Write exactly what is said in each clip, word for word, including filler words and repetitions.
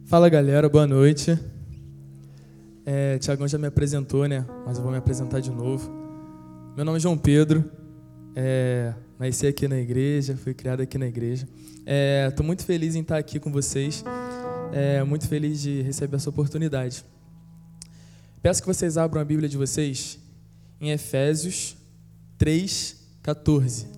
Fala galera, boa noite. É, Tiagão já me apresentou, né? Mas eu vou me apresentar de novo. Meu nome é João Pedro, é, nasci aqui na igreja, fui criado aqui na igreja. Estou muito feliz em estar aqui com vocês, é, muito feliz de receber essa oportunidade. Peço que vocês abram a Bíblia de vocês em Efésios três, quatorze.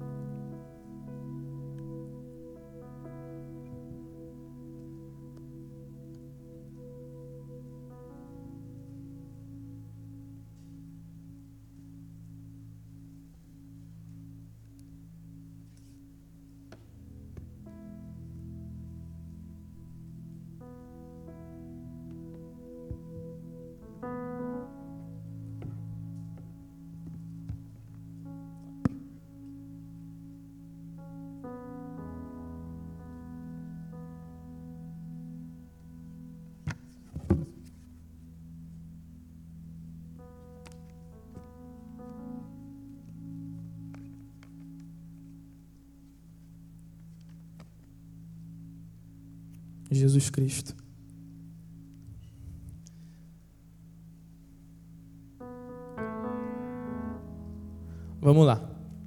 Jesus Cristo. Vamos lá.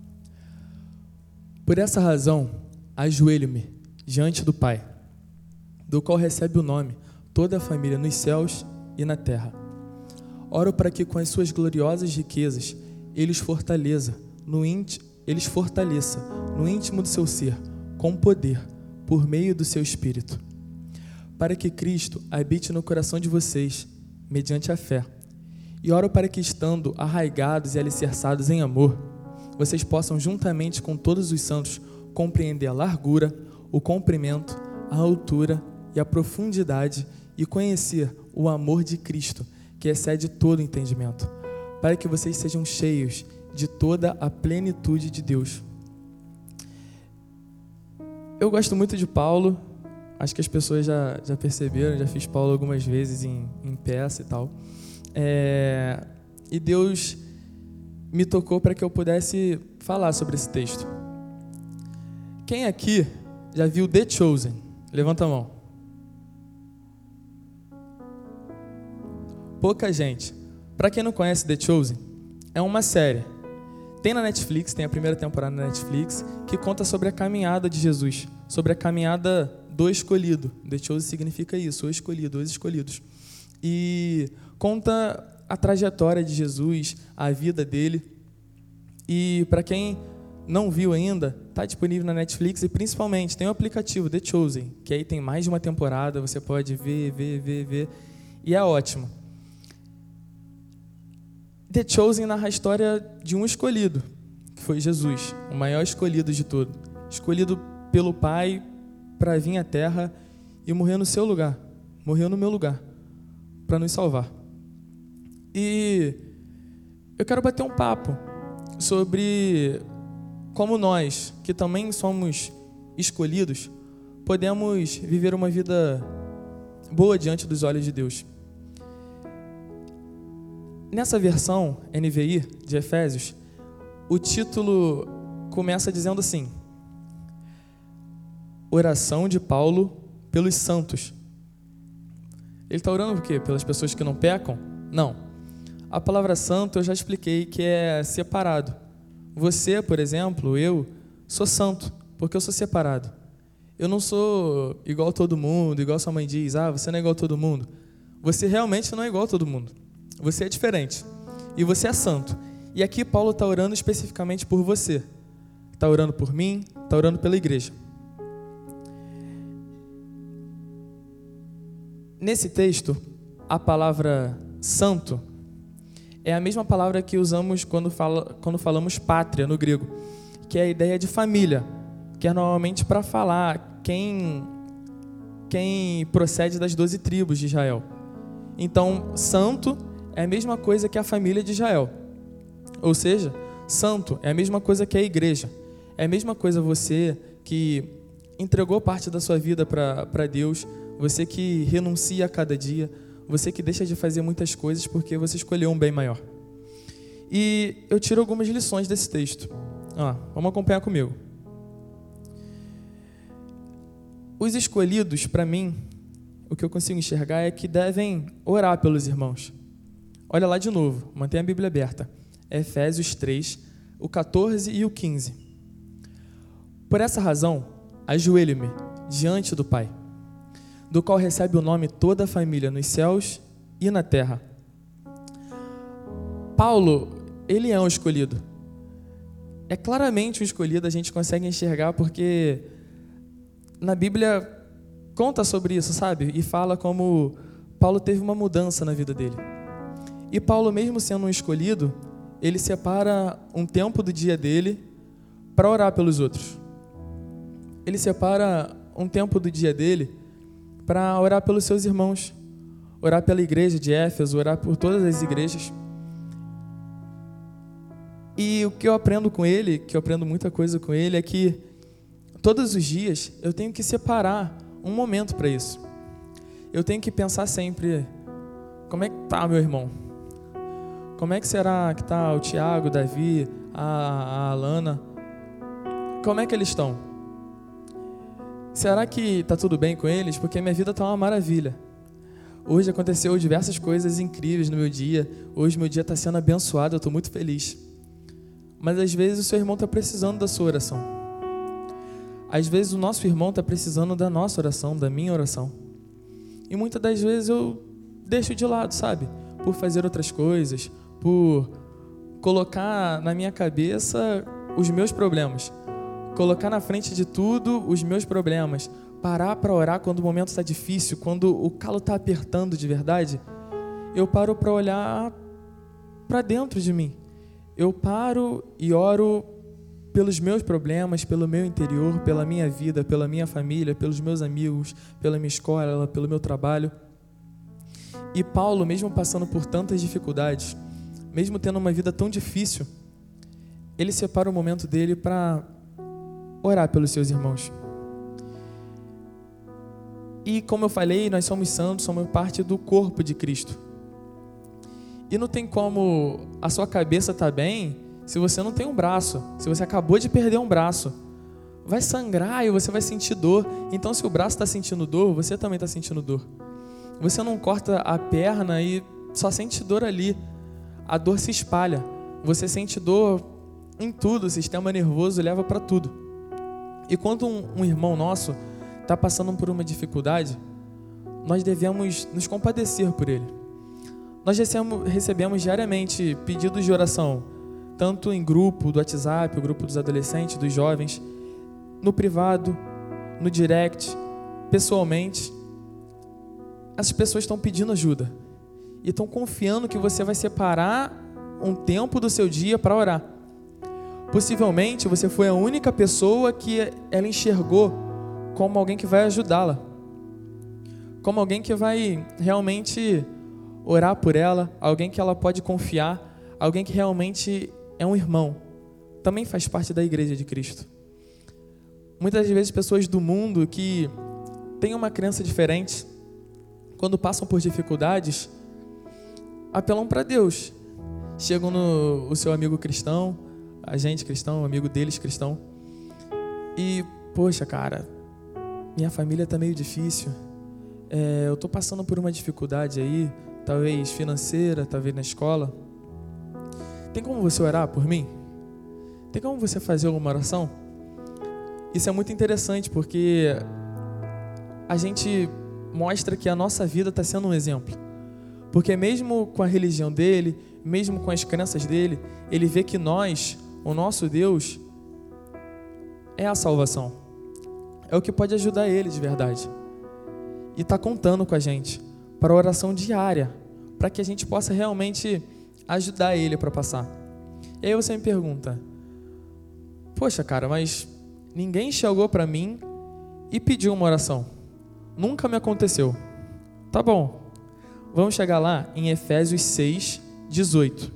Por essa razão, ajoelho-me diante do Pai, do qual recebe o nome toda a família nos céus e na terra. Oro para que com as suas gloriosas riquezas Ele os fortaleça no íntimo, eles fortaleça no íntimo do seu ser, com poder, por meio do seu Espírito, para que Cristo habite no coração de vocês, mediante a fé. E oro para que, estando arraigados e alicerçados em amor, vocês possam, juntamente com todos os santos, compreender a largura, o comprimento, a altura e a profundidade e conhecer o amor de Cristo, que excede todo entendimento, para que vocês sejam cheios de toda a plenitude de Deus. Eu gosto muito de Paulo. Acho que as pessoas já, já perceberam, já fiz Paulo algumas vezes em, em peça e tal. É, e Deus me tocou para que eu pudesse falar sobre esse texto. Quem aqui já viu The Chosen? Levanta a mão. Pouca gente. Para quem não conhece The Chosen, é uma série. Tem na Netflix, tem a primeira temporada na Netflix, que conta sobre a caminhada de Jesus, sobre a caminhada do escolhido. The Chosen significa isso, o escolhido, os escolhidos. E conta a trajetória de Jesus, a vida dele. E para quem não viu ainda, está disponível na Netflix e principalmente tem o aplicativo The Chosen, que aí tem mais de uma temporada, você pode ver, ver, ver, ver, e é ótimo. The Chosen narra a história de um escolhido, que foi Jesus, o maior escolhido de todos, escolhido pelo Pai para vir à Terra e morrer no seu lugar, morreu no meu lugar, para nos salvar. E eu quero bater um papo sobre como nós, que também somos escolhidos, podemos viver uma vida boa diante dos olhos de Deus. Nessa versão N V I de Efésios, o título começa dizendo assim: Oração de Paulo pelos santos. Ele está orando por quê? Pelas pessoas que não pecam? Não. A palavra santo eu já expliquei que é separado. Você, por exemplo, eu sou santo, porque eu sou separado. Eu não sou igual a todo mundo, igual sua mãe diz, ah, você não é igual a todo mundo. Você realmente não é igual a todo mundo. Você é diferente. E você é santo. E aqui Paulo está orando especificamente por você. Está orando por mim, está orando pela igreja. Nesse texto, a palavra santo é a mesma palavra que usamos quando, fala, quando falamos pátria no grego, que é a ideia de família, que é normalmente para falar quem, quem procede das doze tribos de Israel. Então, santo é a mesma coisa que a família de Israel. Ou seja, santo é a mesma coisa que a igreja. É a mesma coisa você que entregou parte da sua vida para Deus, você que renuncia a cada dia, você que deixa de fazer muitas coisas porque você escolheu um bem maior. E eu tiro algumas lições desse texto. Ah, vamos acompanhar comigo. Os escolhidos, para mim, o que eu consigo enxergar é que devem orar pelos irmãos. Olha lá de novo, mantenha a Bíblia aberta. Efésios três, o quatorze e o quinze. Por essa razão, ajoelho-me diante do Pai, do qual recebe o nome toda a família nos céus e na terra. Paulo, ele é um escolhido. É claramente um escolhido, a gente consegue enxergar porque na Bíblia conta sobre isso, sabe? E fala como Paulo teve uma mudança na vida dele. E Paulo, mesmo sendo um escolhido, ele separa um tempo do dia dele para orar pelos outros. Ele separa um tempo do dia dele para orar pelos seus irmãos, orar pela igreja de Éfeso, orar por todas as igrejas. E o que eu aprendo com ele, que eu aprendo muita coisa com ele, é que todos os dias eu tenho que separar um momento para isso. Eu tenho que pensar sempre, como é que tá meu irmão? Como é que será que tá o Tiago, o Davi, a, a Alana? Como é que eles estão? Será que tá tudo bem com eles? Porque minha vida tá uma maravilha. Hoje aconteceu diversas coisas incríveis no meu dia. Hoje meu dia está sendo abençoado, eu estou muito feliz. Mas às vezes o seu irmão está precisando da sua oração. Às vezes o nosso irmão está precisando da nossa oração, da minha oração. E muitas das vezes eu deixo de lado, sabe? Por fazer outras coisas, por colocar na minha cabeça os meus problemas. Colocar na frente de tudo os meus problemas. Parar para orar quando o momento está difícil, quando o calo está apertando de verdade. Eu paro para olhar para dentro de mim. Eu paro e oro pelos meus problemas, pelo meu interior, pela minha vida, pela minha família, pelos meus amigos, pela minha escola, pelo meu trabalho. E Paulo, mesmo passando por tantas dificuldades, mesmo tendo uma vida tão difícil, ele separa o momento dele para orar pelos seus irmãos. E como eu falei, nós somos santos, somos parte do corpo de Cristo. E não tem como a sua cabeça estar bem se você não tem um braço, se você acabou de perder um braço. Vai sangrar e você vai sentir dor. Então se o braço está sentindo dor, você também está sentindo dor. Você não corta a perna e só sente dor ali. A dor se espalha. Você sente dor em tudo, o sistema nervoso leva para tudo. E quando um, um irmão nosso está passando por uma dificuldade, nós devemos nos compadecer por ele. Nós recebemos, recebemos diariamente pedidos de oração, tanto em grupo do WhatsApp, o grupo dos adolescentes, dos jovens, no privado, no direct, pessoalmente. Essas pessoas estão pedindo ajuda e estão confiando que você vai separar um tempo do seu dia para orar. Possivelmente você foi a única pessoa que ela enxergou como alguém que vai ajudá-la, como alguém que vai realmente orar por ela, alguém que ela pode confiar, alguém que realmente é um irmão, também faz parte da igreja de Cristo. Muitas vezes pessoas do mundo que têm uma crença diferente, quando passam por dificuldades, apelam para Deus. Chegam no o seu amigo cristão, a gente cristão, amigo deles cristão, e, poxa, cara, minha família está meio difícil, é, eu estou passando por uma dificuldade aí, talvez financeira, talvez na escola. Tem como você orar por mim? Tem como você fazer alguma oração? Isso é muito interessante porque a gente mostra que a nossa vida está sendo um exemplo. Porque mesmo com a religião dele, mesmo com as crenças dele, ele vê que nós, o nosso Deus, é a salvação. É o que pode ajudar ele de verdade. E está contando com a gente para a oração diária, para que a gente possa realmente ajudar ele para passar. E aí você me pergunta, poxa cara, mas ninguém chegou para mim e pediu uma oração. Nunca me aconteceu. Tá bom, vamos chegar lá em Efésios seis, dezoito.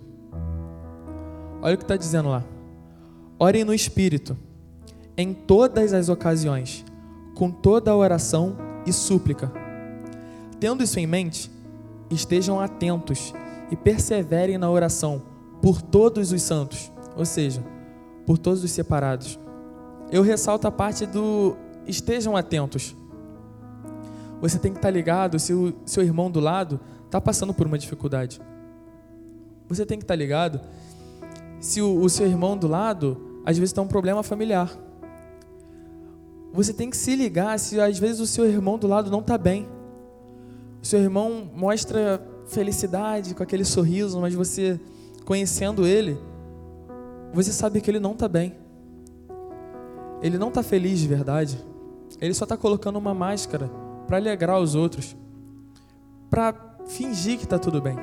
Olha o que está dizendo lá. Orem no Espírito, em todas as ocasiões, com toda a oração e súplica. Tendo isso em mente, estejam atentos e perseverem na oração por todos os santos, ou seja, por todos os separados. Eu ressalto a parte do estejam atentos. Você tem que estar ligado se o seu irmão do lado está passando por uma dificuldade. Você tem que estar ligado se o, o seu irmão do lado, às vezes, tem um problema familiar. Você tem que se ligar se, às vezes, o seu irmão do lado não está bem. O seu irmão mostra felicidade com aquele sorriso, mas você, conhecendo ele, você sabe que ele não está bem. Ele não está feliz de verdade. Ele só está colocando uma máscara para alegrar os outros, para fingir que está tudo bem.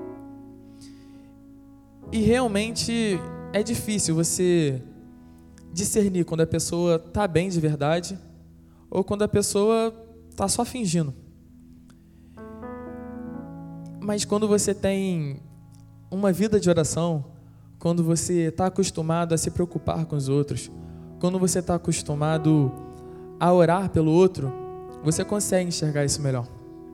E realmente é difícil você discernir quando a pessoa está bem de verdade ou quando a pessoa está só fingindo. Mas quando você tem uma vida de oração, quando você está acostumado a se preocupar com os outros, quando você está acostumado a orar pelo outro, você consegue enxergar isso melhor.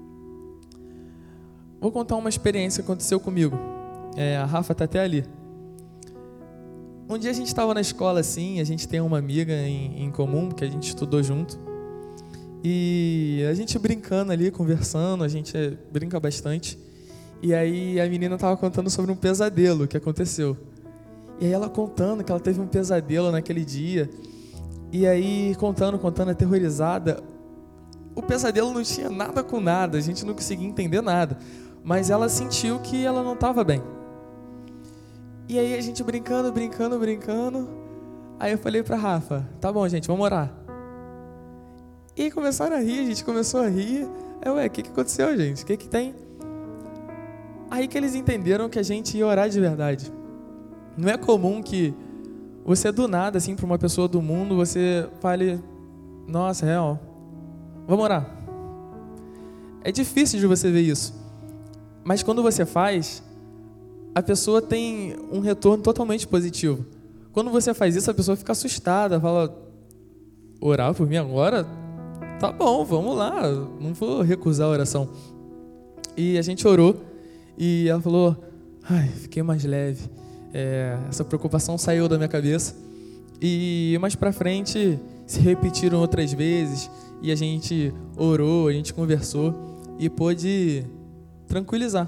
Vou contar uma experiência que aconteceu comigo. É, a Rafa está até ali. Um dia a gente estava na escola assim, a gente tem uma amiga em, em comum, que a gente estudou junto. E a gente brincando ali, conversando, a gente brinca bastante. E aí a menina estava contando sobre um pesadelo que aconteceu. E aí ela contando que ela teve um pesadelo naquele dia. E aí contando, contando, aterrorizada. O pesadelo não tinha nada com nada, a gente não conseguia entender nada. Mas ela sentiu que ela não estava bem. E aí a gente brincando, brincando, brincando. Aí eu falei pra Rafa, tá bom, gente, vamos orar. E aí começaram a rir, a gente começou a rir. Aí, ué, o que, que aconteceu, gente? O que que tem? Aí que eles entenderam que a gente ia orar de verdade. Não é comum que você do nada, assim, para uma pessoa do mundo, você fale, nossa, real, vamos orar. É difícil de você ver isso. Mas quando você faz, a pessoa tem um retorno totalmente positivo. Quando você faz isso, a pessoa fica assustada, fala, orar por mim agora? Tá bom, vamos lá, não vou recusar a oração. E a gente orou, e ela falou, ai, fiquei mais leve. É, essa preocupação saiu da minha cabeça. E mais pra frente se repetiram outras vezes, e a gente orou, a gente conversou e pôde tranquilizar.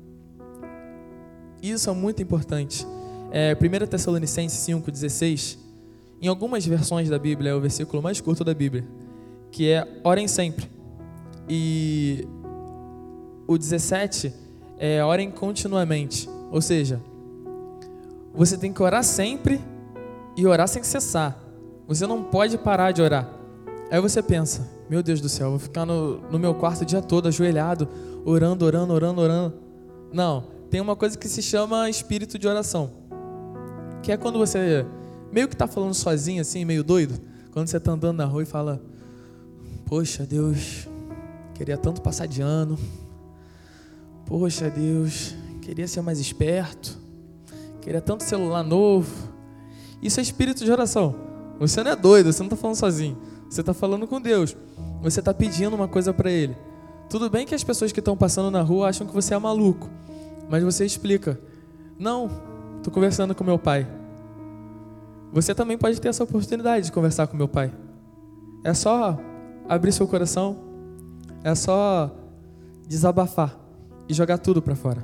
Isso é muito importante. É, primeira Tessalonicenses cinco, dezesseis, em algumas versões da Bíblia é o versículo mais curto da Bíblia, que é orem sempre. E o dezessete é orem continuamente, ou seja, você tem que orar sempre e orar sem cessar. Você não pode parar de orar. Aí você pensa, meu Deus do céu, eu vou ficar no, no meu quarto o dia todo, ajoelhado, orando, orando, orando, orando. Não, tem uma coisa que se chama espírito de oração, que é quando você meio que está falando sozinho, assim, meio doido, quando você está andando na rua e fala, poxa, Deus, queria tanto passar de ano. Poxa, Deus, queria ser mais esperto. Queria tanto celular novo. Isso é espírito de oração. Você não é doido, você não está falando sozinho. Você está falando com Deus. Você está pedindo uma coisa para Ele. Tudo bem que as pessoas que estão passando na rua acham que você é maluco, mas você explica, não, estou conversando com meu pai. Você também pode ter essa oportunidade de conversar com meu pai. É só abrir seu coração, é só desabafar e jogar tudo para fora.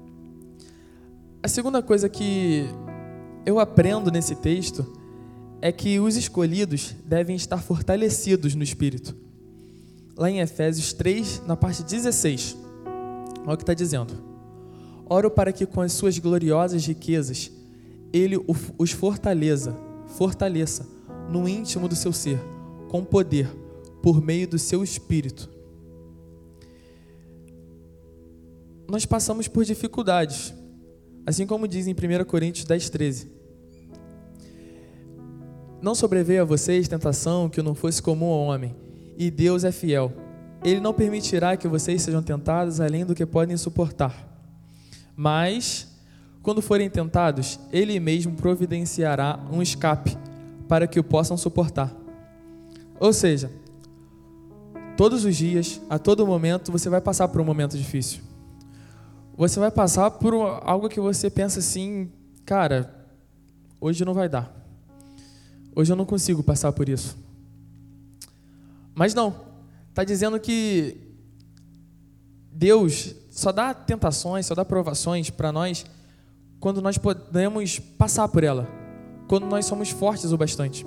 A segunda coisa que eu aprendo nesse texto é que os escolhidos devem estar fortalecidos no Espírito. Lá em Efésios três, na parte dezesseis, olha o que está dizendo. Oro para que com as suas gloriosas riquezas, Ele os fortaleça, fortaleça no íntimo do seu ser, com poder, por meio do seu Espírito. Nós passamos por dificuldades, assim como diz em primeira Coríntios dez, treze. Não sobreveio a vocês tentação que não fosse comum ao homem, e Deus é fiel. Ele não permitirá que vocês sejam tentados além do que podem suportar. Mas, quando forem tentados, Ele mesmo providenciará um escape para que o possam suportar. Ou seja, todos os dias, a todo momento, você vai passar por um momento difícil. Você vai passar por algo que você pensa assim, cara, hoje não vai dar. Hoje eu não consigo passar por isso. Mas não, está dizendo que Deus só dá tentações, só dá provações para nós quando nós podemos passar por ela, quando nós somos fortes o bastante.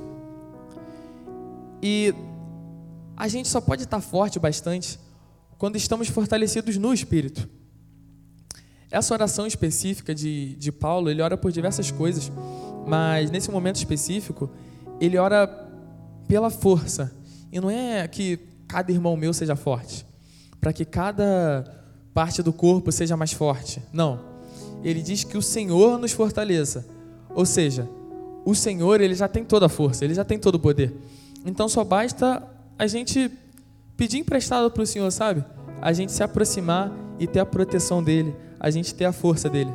E a gente só pode estar forte o bastante quando estamos fortalecidos no Espírito. Essa oração específica de, de Paulo, ele ora por diversas coisas, mas nesse momento específico, ele ora pela força. E não é que cada irmão meu seja forte, para que cada parte do corpo seja mais forte. Não. Ele diz que o Senhor nos fortaleça. Ou seja, o Senhor, ele já tem toda a força, ele já tem todo o poder. Então só basta a gente pedir emprestado para o Senhor, sabe? A gente se aproximar e ter a proteção dele, a gente ter a força dele.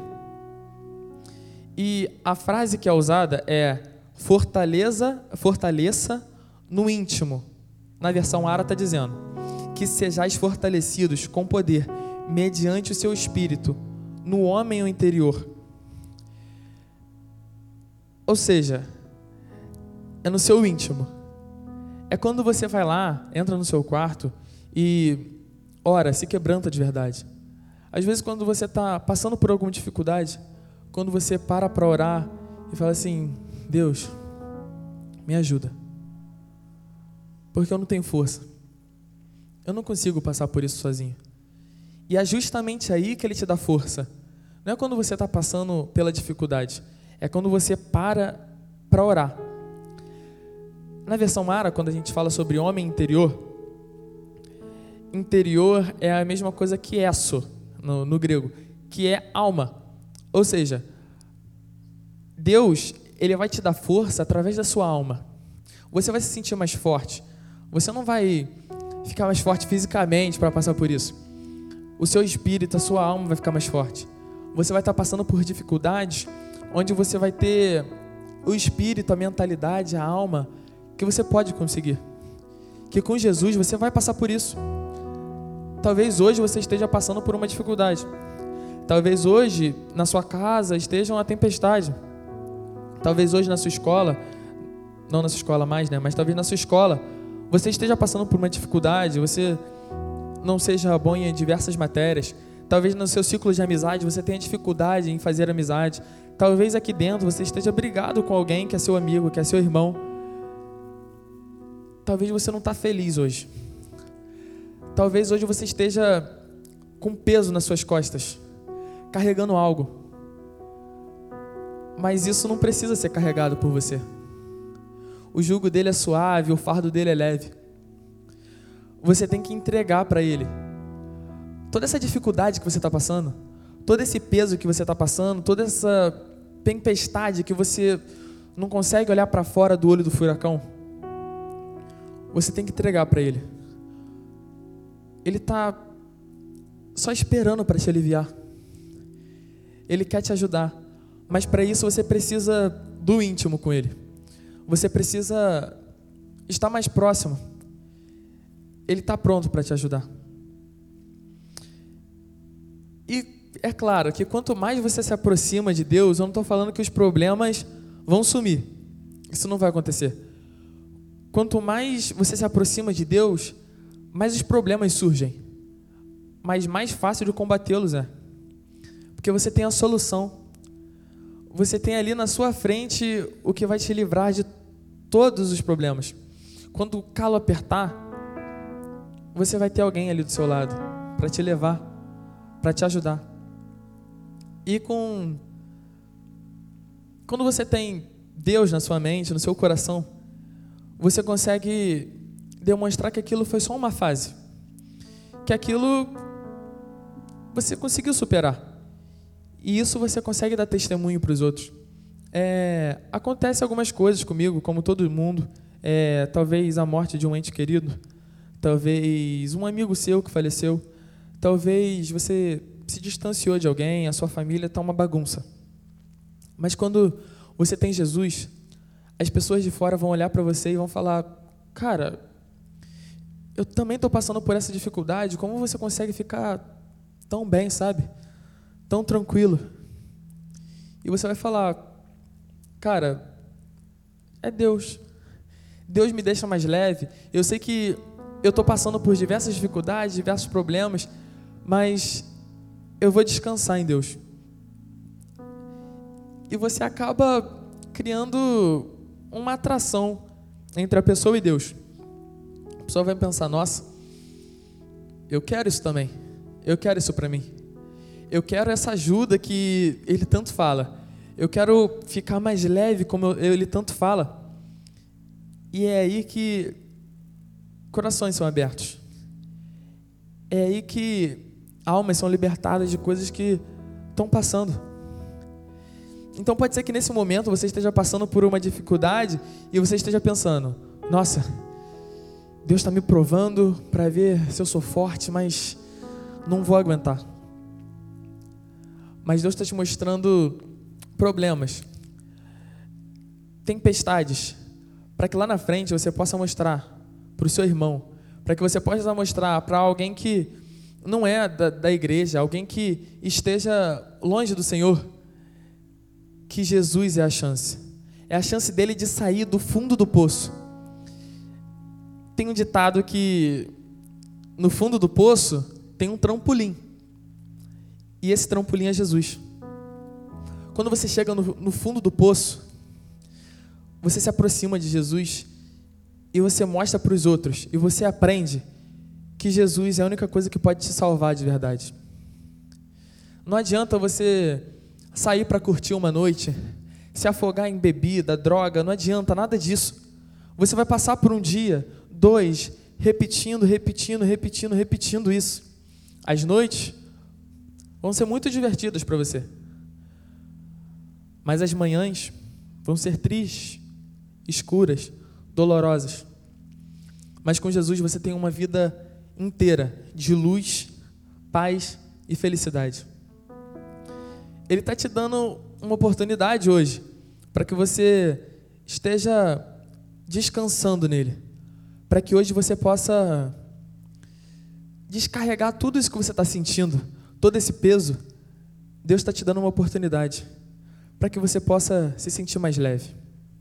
E a frase que é usada é fortaleza, fortaleça no íntimo. Na versão Ara está dizendo que sejais fortalecidos com poder mediante o seu espírito no homem interior. Ou seja, é no seu íntimo. É quando você vai lá, entra no seu quarto e ora, se quebranta de verdade. Às vezes quando você está passando por alguma dificuldade, quando você para para orar e fala assim, Deus, me ajuda. Porque eu não tenho força. Eu não consigo passar por isso sozinho. E é justamente aí que Ele te dá força. Não é quando você está passando pela dificuldade. É quando você para para orar. Na versão Mara, quando a gente fala sobre homem interior, interior é a mesma coisa que esso, no, no grego, que é alma. Ou seja, Deus, Ele vai te dar força através da sua alma. Você vai se sentir mais forte. Você não vai ficar mais forte fisicamente para passar por isso. O seu espírito, a sua alma vai ficar mais forte. Você vai estar passando por dificuldades onde você vai ter o espírito, a mentalidade, a alma, que você pode conseguir. Que com Jesus você vai passar por isso. Talvez hoje você esteja passando por uma dificuldade. Talvez hoje na sua casa esteja uma tempestade. Talvez hoje na sua escola, não na sua escola mais, né? Mas talvez na sua escola você esteja passando por uma dificuldade, você não seja bom em diversas matérias. Talvez no seu ciclo de amizade você tenha dificuldade em fazer amizade. Talvez aqui dentro você esteja brigado com alguém que é seu amigo, que é seu irmão. Talvez você não está feliz hoje. Talvez hoje você esteja com peso nas suas costas, carregando algo. Mas isso não precisa ser carregado por você. O jugo dele é suave, o fardo dele é leve. Você tem que entregar para ele. Toda essa dificuldade que você está passando, todo esse peso que você está passando, toda essa tempestade que você não consegue olhar para fora do olho do furacão, você tem que entregar para ele. Ele está só esperando para te aliviar. Ele quer te ajudar. Mas para isso você precisa do íntimo com ele. Você precisa estar mais próximo. Ele está pronto para te ajudar. E é claro que quanto mais você se aproxima de Deus, eu não estou falando que os problemas vão sumir. Isso não vai acontecer. Quanto mais você se aproxima de Deus, mais os problemas surgem. Mas mais fácil de combatê-los é. Porque você tem a solução. Você tem ali na sua frente o que vai te livrar de todos os problemas. Quando o calo apertar, você vai ter alguém ali do seu lado para te levar, para te ajudar. E com quando você tem Deus na sua mente, no seu coração, você consegue demonstrar que aquilo foi só uma fase, que aquilo você conseguiu superar. E isso você consegue dar testemunho para os outros. É, acontece algumas coisas comigo, como todo mundo. É, talvez a morte de um ente querido. Talvez um amigo seu que faleceu. Talvez você se distanciou de alguém, a sua família está uma bagunça. Mas quando você tem Jesus, as pessoas de fora vão olhar para você e vão falar: cara, eu também estou passando por essa dificuldade, como você consegue ficar tão bem, sabe? Tão tranquilo. E você vai falar: cara, é Deus. Deus me deixa mais leve. Eu sei que eu estou passando por diversas dificuldades, diversos problemas, mas eu vou descansar em Deus. E você acaba criando uma atração entre a pessoa e Deus. A pessoa vai pensar, nossa, eu quero isso também, eu quero isso para mim, eu quero essa ajuda que ele tanto fala, eu quero ficar mais leve como ele tanto fala. E é aí que corações são abertos, é aí que almas são libertadas de coisas que estão passando. Então pode ser que nesse momento você esteja passando por uma dificuldade e você esteja pensando, nossa, Deus está me provando para ver se eu sou forte, mas não vou aguentar. Mas Deus está te mostrando problemas, tempestades, para que lá na frente você possa mostrar para o seu irmão, para que você possa mostrar para alguém que não é da, da igreja, alguém que esteja longe do Senhor, que Jesus é a chance, é a chance dele de sair do fundo do poço. Tem um ditado que no fundo do poço tem um trampolim, e esse trampolim é Jesus. Quando você chega no, no fundo do poço, você se aproxima de Jesus e você mostra para os outros, e você aprende que Jesus é a única coisa que pode te salvar de verdade. Não adianta você sair para curtir uma noite, se afogar em bebida, droga, não adianta nada disso. Você vai passar por um dia, dois, repetindo, repetindo, repetindo, repetindo isso. As noites vão ser muito divertidas para você, mas as manhãs vão ser tristes, escuras, dolorosas. Mas com Jesus você tem uma vida inteira de luz, paz e felicidade. Ele está te dando uma oportunidade hoje para que você esteja descansando nele, para que hoje você possa descarregar tudo isso que você está sentindo, todo esse peso. Deus está te dando uma oportunidade para que você possa se sentir mais leve.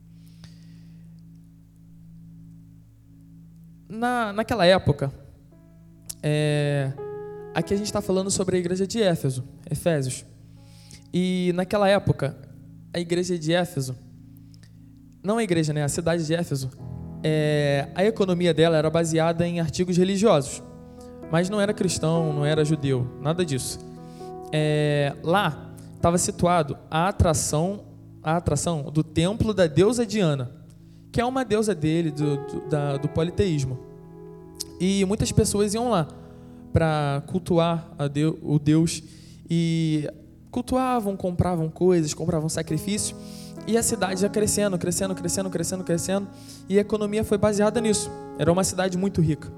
Na, naquela época, é, aqui a gente está falando sobre a igreja de Éfeso, Efésios. E naquela época, a igreja de Éfeso, não a igreja, né, a cidade de Éfeso, é, a economia dela era baseada em artigos religiosos, mas não era cristão, não era judeu, nada disso. É, lá estava situado a atração, a atração do templo da deusa Diana, que é uma deusa dele, do, do, da, do politeísmo. E muitas pessoas iam lá para cultuar a Deus, o Deus, e cultuavam, compravam coisas, compravam sacrifício, e a cidade ia crescendo, crescendo, crescendo, crescendo, crescendo, e a economia foi baseada nisso. Era uma cidade muito rica.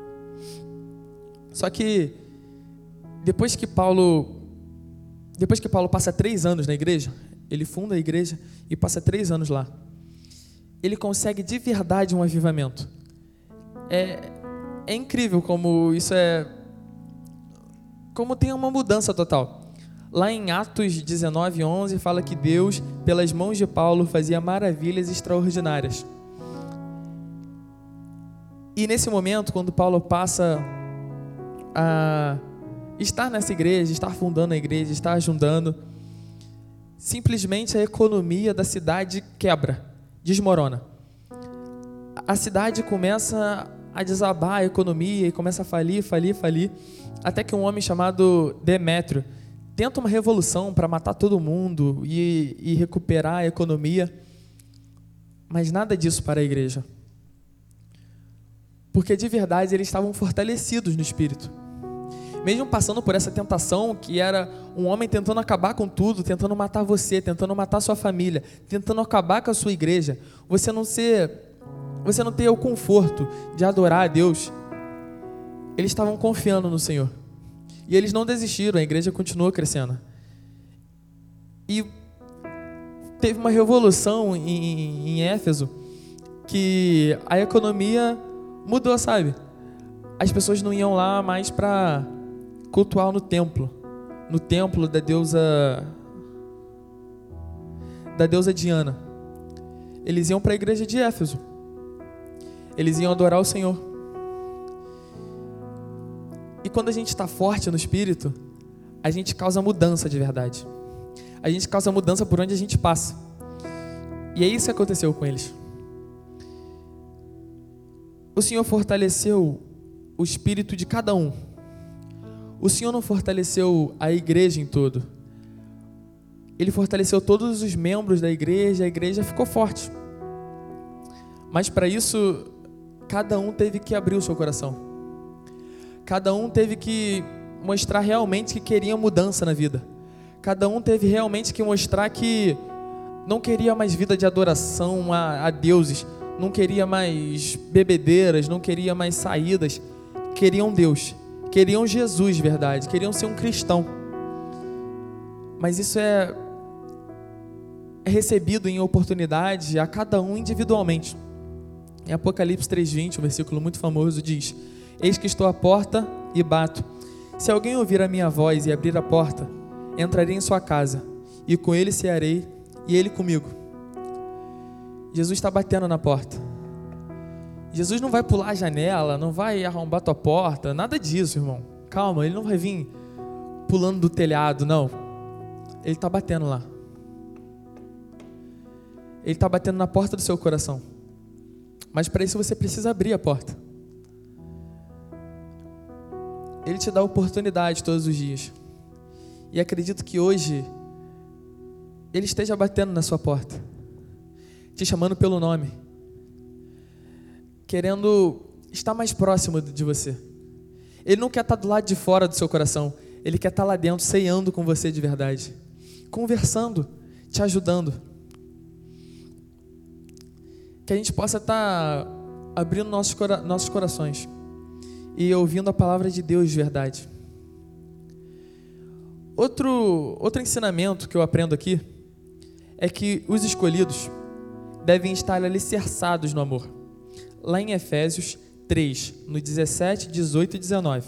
Só que depois que Paulo, depois que Paulo passa três anos na igreja, ele funda a igreja e passa três anos lá, ele consegue de verdade um avivamento. É, é incrível como isso é, como tem uma mudança total. Lá em Atos dezenove, onze, fala que Deus, pelas mãos de Paulo, fazia maravilhas extraordinárias. E nesse momento, quando Paulo passa a estar nessa igreja, estar fundando a igreja, estar ajudando, simplesmente a economia da cidade quebra, desmorona. A cidade começa a desabar a economia e começa a falir, falir, falir, até que um homem chamado Demétrio tenta uma revolução para matar todo mundo e, e recuperar a economia, mas nada disso para a igreja, porque de verdade eles estavam fortalecidos no espírito. Mesmo passando por essa tentação, que era um homem tentando acabar com tudo, tentando matar você, tentando matar sua família, tentando acabar com a sua igreja, você não ser, você não ter o conforto de adorar a Deus, eles estavam confiando no Senhor. E eles não desistiram, a igreja continuou crescendo. E teve uma revolução em, em Éfeso, que a economia mudou, sabe? As pessoas não iam lá mais para cultuar no templo, no templo da deusa, da deusa Diana. Eles iam para a igreja de Éfeso. Eles iam adorar o Senhor. E quando a gente está forte no Espírito, a gente causa mudança de verdade. A gente causa mudança por onde a gente passa. E é isso que aconteceu com eles. O Senhor fortaleceu o espírito de cada um. O Senhor não fortaleceu a igreja em todo. Ele fortaleceu todos os membros da igreja, a igreja ficou forte. Mas para isso, cada um teve que abrir o seu coração. Cada um teve que mostrar realmente que queria mudança na vida. Cada um teve realmente que mostrar que não queria mais vida de adoração a, a deuses, não queria mais bebedeiras, não queria mais saídas, queriam Deus, queriam Jesus de verdade, queriam ser um cristão. Mas isso é, é recebido em oportunidade a cada um individualmente. Em Apocalipse três, vinte, um versículo muito famoso, diz: eis que estou à porta e bato. Se alguém ouvir a minha voz e abrir a porta, entrarei em sua casa, e com ele cearei, e ele comigo. Jesus está batendo na porta. Jesus não vai pular a janela, não vai arrombar tua porta, nada disso, irmão. Calma, ele não vai vir pulando do telhado, não. Ele está batendo lá. Ele está batendo na porta do seu coração. Mas para isso você precisa abrir a porta. Ele te dá oportunidade todos os dias. E acredito que hoje Ele esteja batendo na sua porta, te chamando pelo nome, querendo estar mais próximo de você. Ele não quer estar do lado de fora do seu coração. Ele quer estar lá dentro, ceando com você de verdade, conversando, te ajudando. Que a gente possa estar abrindo nossos, cora- nossos corações e ouvindo a palavra de Deus de verdade. Outro, outro ensinamento que eu aprendo aqui é que os escolhidos devem estar alicerçados no amor. Lá em Efésios três, no dezessete, dezoito e dezenove.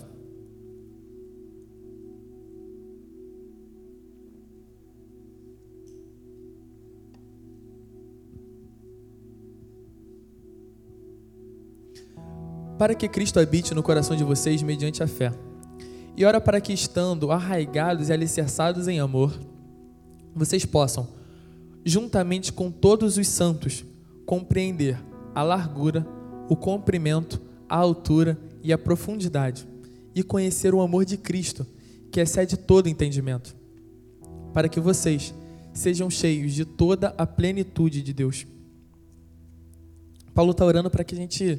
Para que Cristo habite no coração de vocês mediante a fé. E ora para que, estando arraigados e alicerçados em amor, vocês possam, juntamente com todos os santos, compreender a largura, o comprimento, a altura e a profundidade, e conhecer o amor de Cristo, que excede todo entendimento, para que vocês sejam cheios de toda a plenitude de Deus. Paulo está orando para que a gente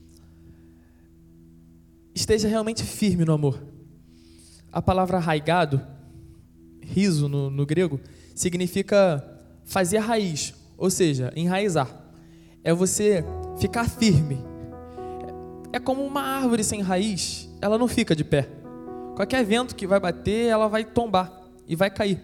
esteja realmente firme no amor. A palavra arraigado, riso no, no grego, significa fazer raiz, ou seja, enraizar. É você ficar firme. É como uma árvore sem raiz, ela não fica de pé. Qualquer vento que vai bater, ela vai tombar e vai cair.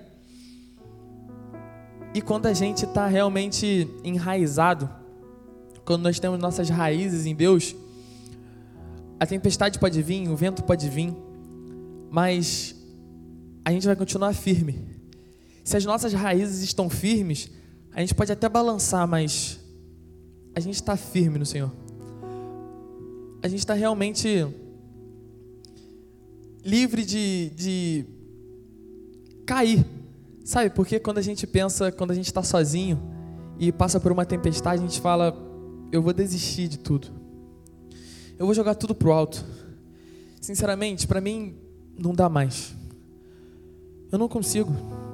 E quando a gente está realmente enraizado, quando nós temos nossas raízes em Deus, a tempestade pode vir, o vento pode vir, mas a gente vai continuar firme. Se as nossas raízes estão firmes, a gente pode até balançar, mas a gente está firme no Senhor. A gente está realmente livre de, de cair, sabe? Porque quando a gente pensa, quando a gente está sozinho e passa por uma tempestade, a gente fala: eu vou desistir de tudo, eu vou jogar tudo pro alto. Sinceramente, para mim não dá mais, eu não consigo.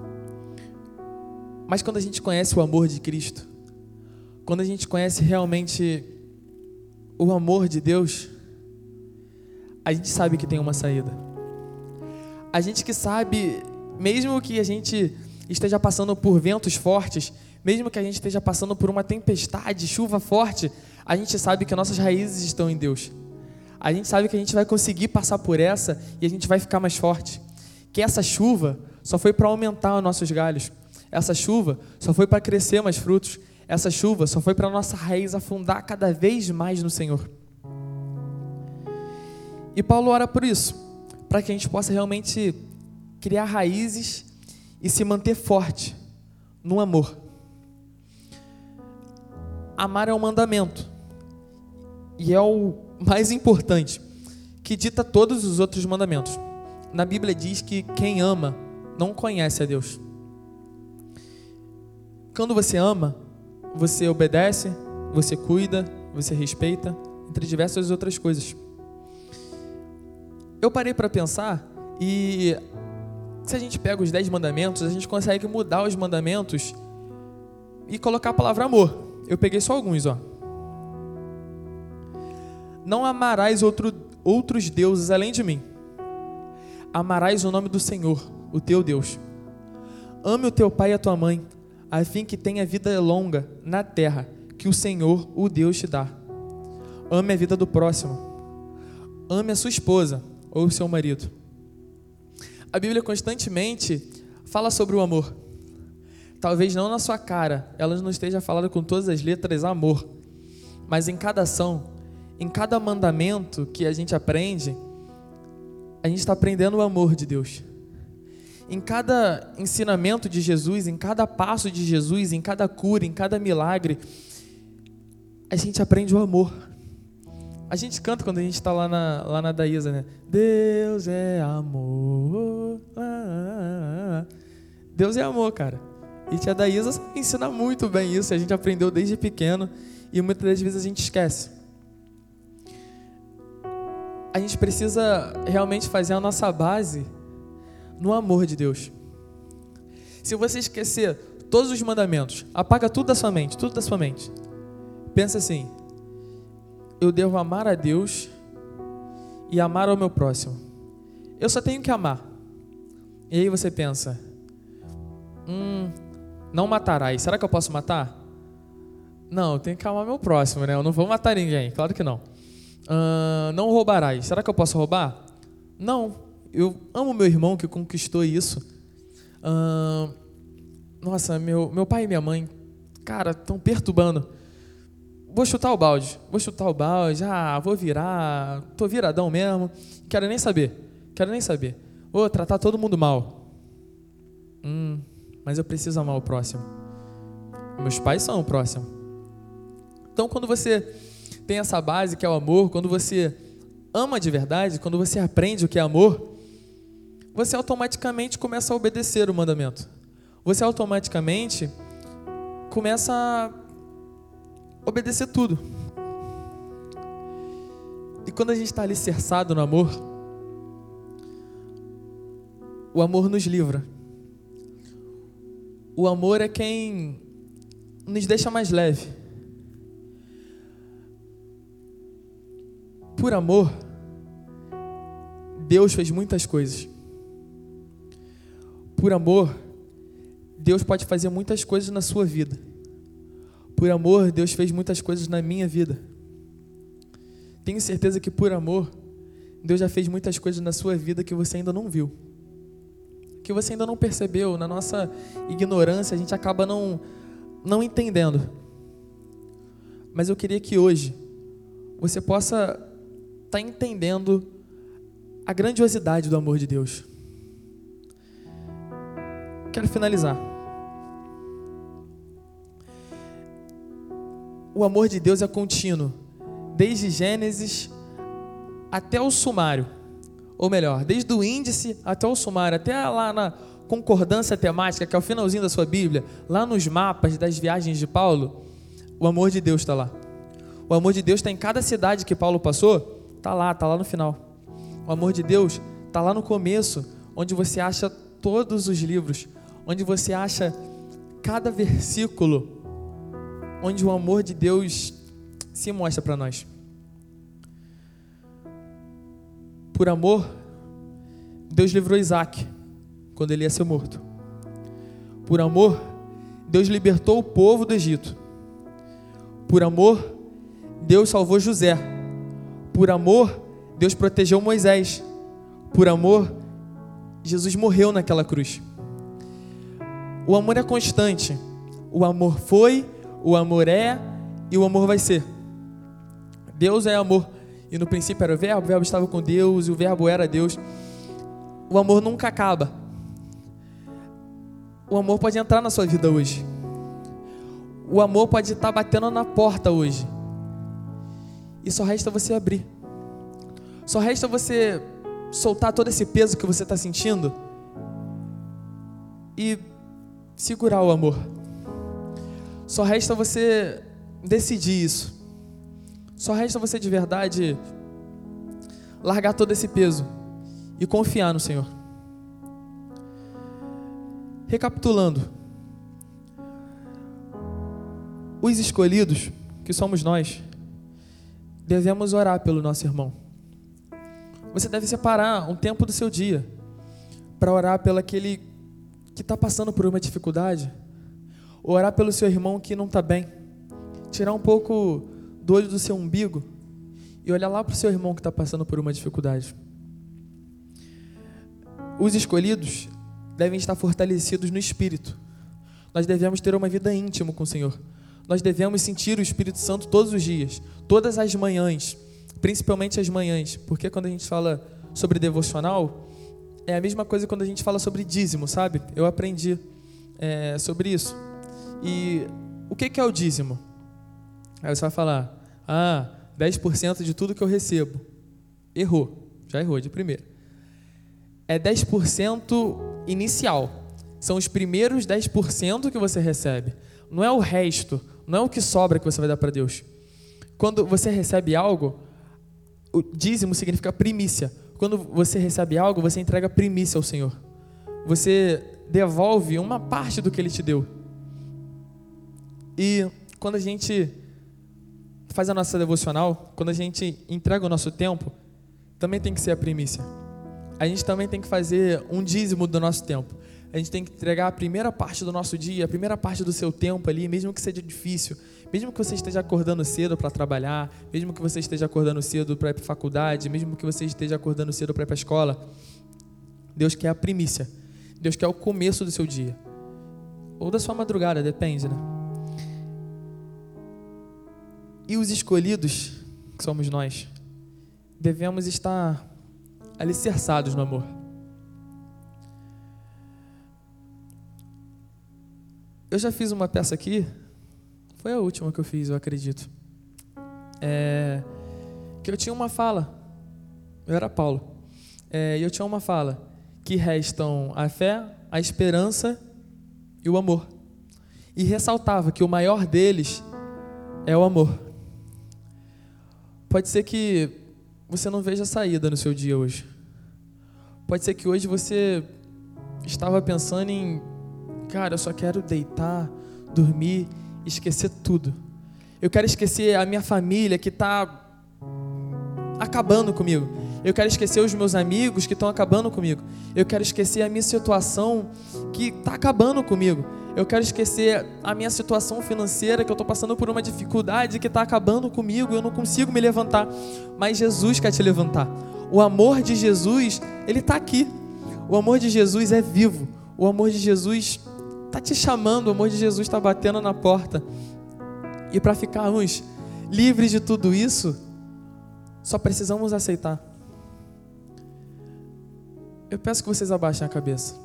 Mas quando a gente conhece o amor de Cristo, quando a gente conhece realmente o amor de Deus, a gente sabe que tem uma saída. A gente que sabe, mesmo que a gente esteja passando por ventos fortes, mesmo que a gente esteja passando por uma tempestade, chuva forte, a gente sabe que nossas raízes estão em Deus. A gente sabe que a gente vai conseguir passar por essa e a gente vai ficar mais forte. Que essa chuva só foi para aumentar os nossos galhos. Essa chuva só foi para crescer mais frutos. Essa chuva só foi para a nossa raiz afundar cada vez mais no Senhor. E Paulo ora por isso, para que a gente possa realmente criar raízes e se manter forte no amor. Amar é um mandamento, e é o mais importante, que dita todos os outros mandamentos. Na Bíblia diz que quem ama não conhece a Deus. Quando você ama, você obedece, você cuida, você respeita, entre diversas outras coisas. Eu parei para pensar e se a gente pega os dez mandamentos, a gente consegue mudar os mandamentos e colocar a palavra amor. Eu peguei só alguns, ó. Não amarás outro, outros deuses além de mim. Amarás o nome do Senhor, o teu Deus. Ame o teu pai e a tua mãe, a fim que tenha vida longa na terra, que o Senhor, o Deus, te dá. Ame a vida do próximo. Ame a sua esposa ou o seu marido. A Bíblia constantemente fala sobre o amor. Talvez não na sua cara, ela não esteja falando com todas as letras amor, mas em cada ação, em cada mandamento que a gente aprende, a gente está aprendendo o amor de Deus. Em cada ensinamento de Jesus, em cada passo de Jesus, em cada cura, em cada milagre, a gente aprende o amor. A gente canta quando a gente está lá na, lá na Daísa, né? Deus é amor. Deus é amor, cara. E tia Daísa ensina muito bem isso. A gente aprendeu desde pequeno e muitas das vezes a gente esquece. A gente precisa realmente fazer a nossa base no amor de Deus. Se você esquecer todos os mandamentos, apaga tudo da sua mente, tudo da sua mente. Pensa assim: eu devo amar a Deus e amar ao meu próximo. Eu só tenho que amar. E aí você pensa: hum, não matarás. Será que eu posso matar? Não, eu tenho que amar meu próximo, né? Eu não vou matar ninguém, claro que não. Uh, não roubarás. Será que eu posso roubar? Não, eu amo meu irmão que conquistou isso. Uh, nossa, meu, meu pai e minha mãe, cara, estão perturbando. Vou chutar o balde, vou chutar o balde, ah, vou virar, tô viradão mesmo, quero nem saber, quero nem saber. Vou tratar todo mundo mal. Hum, mas eu preciso amar o próximo. Meus pais são o próximo. Então, quando você tem essa base que é o amor, quando você ama de verdade, quando você aprende o que é amor, você automaticamente começa a obedecer o mandamento. Você automaticamente começa a obedecer tudo. E quando a gente está alicerçado no amor, o amor nos livra. O amor é quem nos deixa mais leve. Por amor, Deus fez muitas coisas. Por amor, Deus pode fazer muitas coisas na sua vida. Por amor, Deus fez muitas coisas na minha vida. Tenho certeza que por amor, Deus já fez muitas coisas na sua vida que você ainda não viu, que você ainda não percebeu. Na nossa ignorância, a gente acaba não, não entendendo. Mas eu queria que hoje você possa estar entendendo a grandiosidade do amor de Deus. Quero finalizar. O amor de Deus é contínuo, desde Gênesis até o sumário. Ou melhor, desde o índice até o sumário, até lá na concordância temática, que é o finalzinho da sua Bíblia, lá nos mapas das viagens de Paulo, o amor de Deus está lá. O amor de Deus está em cada cidade que Paulo passou, está lá, está lá no final. O amor de Deus está lá no começo, onde você acha todos os livros, onde você acha cada versículo, onde o amor de Deus se mostra para nós. Por amor, Deus livrou Isaac quando ele ia ser morto. Por amor, Deus libertou o povo do Egito. Por amor, Deus salvou José. Por amor, Deus protegeu Moisés. Por amor, Jesus morreu naquela cruz. O amor é constante. O amor foi, o amor é e o amor vai ser. Deus é amor. E no princípio era o verbo, o verbo estava com Deus e o verbo era Deus. O amor nunca acaba. O amor pode entrar na sua vida hoje. O amor pode estar batendo na porta hoje. E só resta você abrir. Só resta você soltar todo esse peso que você está sentindo e segurar o amor. Só resta você decidir isso. Só resta você de verdade largar todo esse peso e confiar no Senhor. Recapitulando, os escolhidos, que somos nós, devemos orar pelo nosso irmão. Você deve separar um tempo do seu dia para orar pelo aquele que está passando por uma dificuldade, orar pelo seu irmão que não está bem, tirar um pouco do olho do seu umbigo e olhar lá para o seu irmão que está passando por uma dificuldade. Os escolhidos devem estar fortalecidos no Espírito. Nós devemos ter uma vida íntima com o Senhor. Nós devemos sentir o Espírito Santo todos os dias, todas as manhãs, principalmente as manhãs, porque quando a gente fala sobre devocional, é a mesma coisa quando a gente fala sobre dízimo, sabe? Eu aprendi é, sobre isso. E o que, que é o dízimo? Aí você vai falar, ah, dez por cento de tudo que eu recebo. Errou, já errou de primeira. É dez por cento inicial. São os primeiros dez por cento que você recebe. Não é o resto, não é o que sobra que você vai dar para Deus. Quando você recebe algo, o dízimo significa primícia. Quando você recebe algo, você entrega primícia ao Senhor. Você devolve uma parte do que Ele te deu. E quando a gente faz a nossa devocional, quando a gente entrega o nosso tempo, também tem que ser a primícia. A gente também tem que fazer um dízimo do nosso tempo. A gente tem que entregar a primeira parte do nosso dia, a primeira parte do seu tempo ali, mesmo que seja difícil, mesmo que você esteja acordando cedo para trabalhar, mesmo que você esteja acordando cedo para ir para a faculdade, mesmo que você esteja acordando cedo para ir para a escola. Deus quer a primícia. Deus quer o começo do seu dia. Ou da sua madrugada, depende, né? E os escolhidos, que somos nós, devemos estar alicerçados no amor. Eu já fiz uma peça aqui, foi a última que eu fiz, eu acredito, é, que eu tinha uma fala, eu era Paulo, é, e eu tinha uma fala, que restam a fé, a esperança e o amor, e ressaltava que o maior deles é o amor. Pode ser que você não veja saída no seu dia hoje, pode ser que hoje você estava pensando em, cara, eu só quero deitar, dormir, esquecer tudo. Eu quero esquecer a minha família que está acabando comigo. Eu quero esquecer os meus amigos que estão acabando comigo. Eu quero esquecer a minha situação que está acabando comigo. Eu quero esquecer a minha situação financeira, que eu estou passando por uma dificuldade que está acabando comigo. Eu não consigo me levantar. Mas Jesus quer te levantar. O amor de Jesus, Ele está aqui. O amor de Jesus é vivo. O amor de Jesus está te chamando, o amor de Jesus está batendo na porta. E para ficarmos livres de tudo isso, só precisamos aceitar. Eu peço que vocês abaixem a cabeça.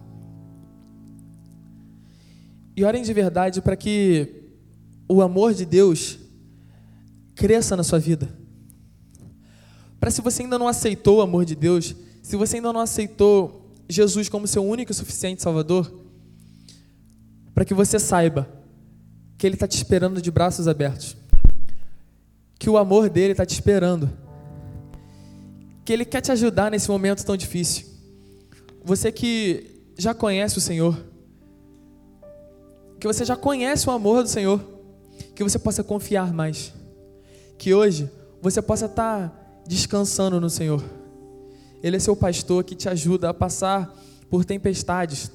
E orem de verdade para que o amor de Deus cresça na sua vida. Para se você ainda não aceitou o amor de Deus, se você ainda não aceitou Jesus como seu único e suficiente Salvador, para que você saiba que Ele está te esperando de braços abertos, que o amor dEle está te esperando, que Ele quer te ajudar nesse momento tão difícil. Você que já conhece o Senhor, que você já conhece o amor do Senhor, que você possa confiar mais, que hoje você possa estar descansando no Senhor. Ele é seu pastor que te ajuda a passar por tempestades.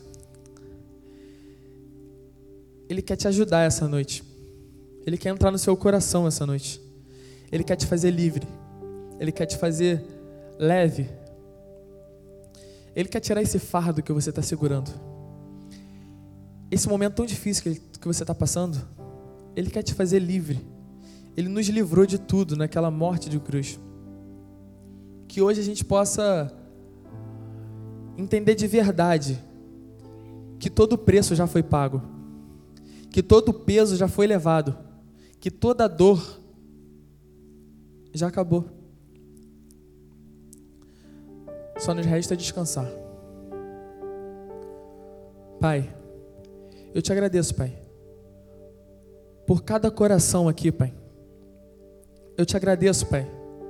Ele quer te ajudar essa noite. Ele quer entrar no seu coração essa noite. Ele quer te fazer livre. Ele quer te fazer leve. Ele quer tirar esse fardo que você está segurando. Esse momento tão difícil que, ele, que você está passando, Ele quer te fazer livre. Ele nos livrou de tudo naquela morte de cruz. Que hoje a gente possa entender de verdade que todo o preço já foi pago, que todo o peso já foi levado, que toda a dor já acabou. Só nos resta descansar. Pai, eu te agradeço, Pai, por cada coração aqui, Pai. Eu te agradeço, Pai,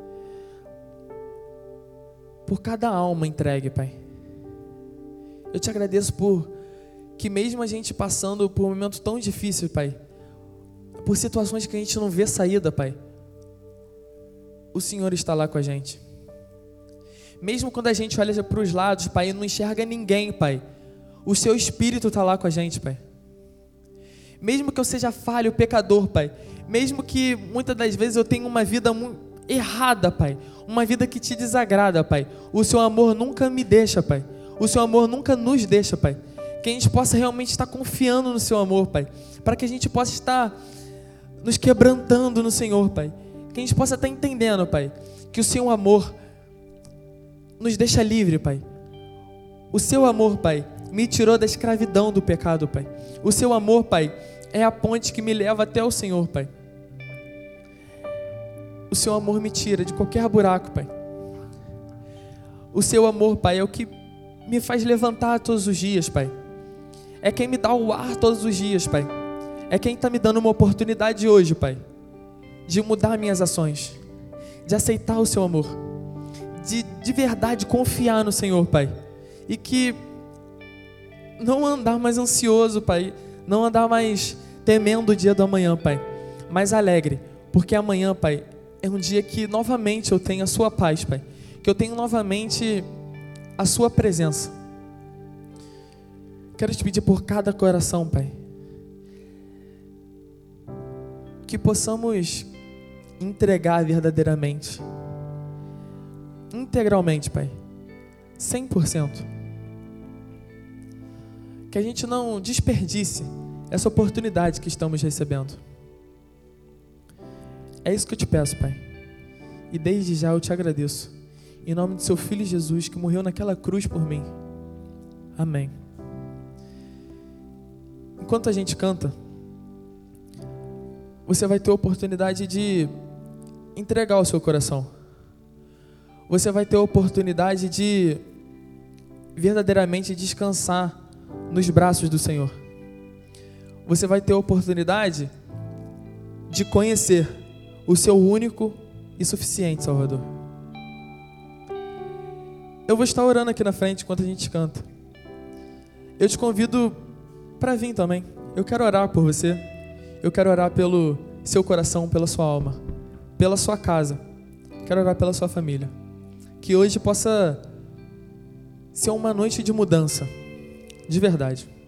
por cada alma entregue, Pai. Eu te agradeço por que mesmo a gente passando por um momento tão difícil, Pai, por situações que a gente não vê saída, Pai, o Senhor está lá com a gente. Mesmo quando a gente olha para os lados, Pai, e não enxerga ninguém, Pai, o Seu Espírito está lá com a gente, Pai. Mesmo que eu seja falho, pecador, Pai, mesmo que muitas das vezes eu tenha uma vida errada, Pai, uma vida que Te desagrada, Pai, o Seu amor nunca me deixa, Pai, o Seu amor nunca nos deixa, Pai, que a gente possa realmente estar confiando no Seu amor, Pai, para que a gente possa estar nos quebrantando no Senhor, Pai, que a gente possa estar entendendo, Pai, que o Seu amor nos deixa livre, Pai. O Seu amor, Pai, me tirou da escravidão do pecado, Pai. O Seu amor, Pai, é a ponte que me leva até o Senhor, Pai. O Seu amor me tira de qualquer buraco, Pai. O Seu amor, Pai, é o que me faz levantar todos os dias, Pai. É quem me dá o ar todos os dias, Pai. É quem está me dando uma oportunidade hoje, Pai, de mudar minhas ações, de aceitar o Seu amor, de de verdade confiar no Senhor, Pai, e que não andar mais ansioso, Pai, não andar mais temendo o dia do amanhã, Pai, mas alegre, porque amanhã, Pai, é um dia que novamente eu tenho a Sua paz, Pai, que eu tenho novamente a Sua presença. Quero Te pedir por cada coração, Pai, que possamos entregar verdadeiramente, integralmente, Pai, cem por cento. Que a gente não desperdice essa oportunidade que estamos recebendo. É isso que eu Te peço, Pai. E desde já eu Te agradeço. Em nome do Seu Filho Jesus, que morreu naquela cruz por mim. Amém. Enquanto a gente canta, você vai ter a oportunidade de entregar o seu coração. Você vai ter a oportunidade de verdadeiramente descansar nos braços do Senhor. Você vai ter a oportunidade de conhecer o seu único e suficiente Salvador. Eu vou estar orando aqui na frente enquanto a gente canta. Eu te convido para vir também. Eu quero orar por você. Eu quero orar pelo seu coração, pela sua alma, pela sua casa. Quero orar pela sua família. Que hoje possa ser uma noite de mudança, de verdade.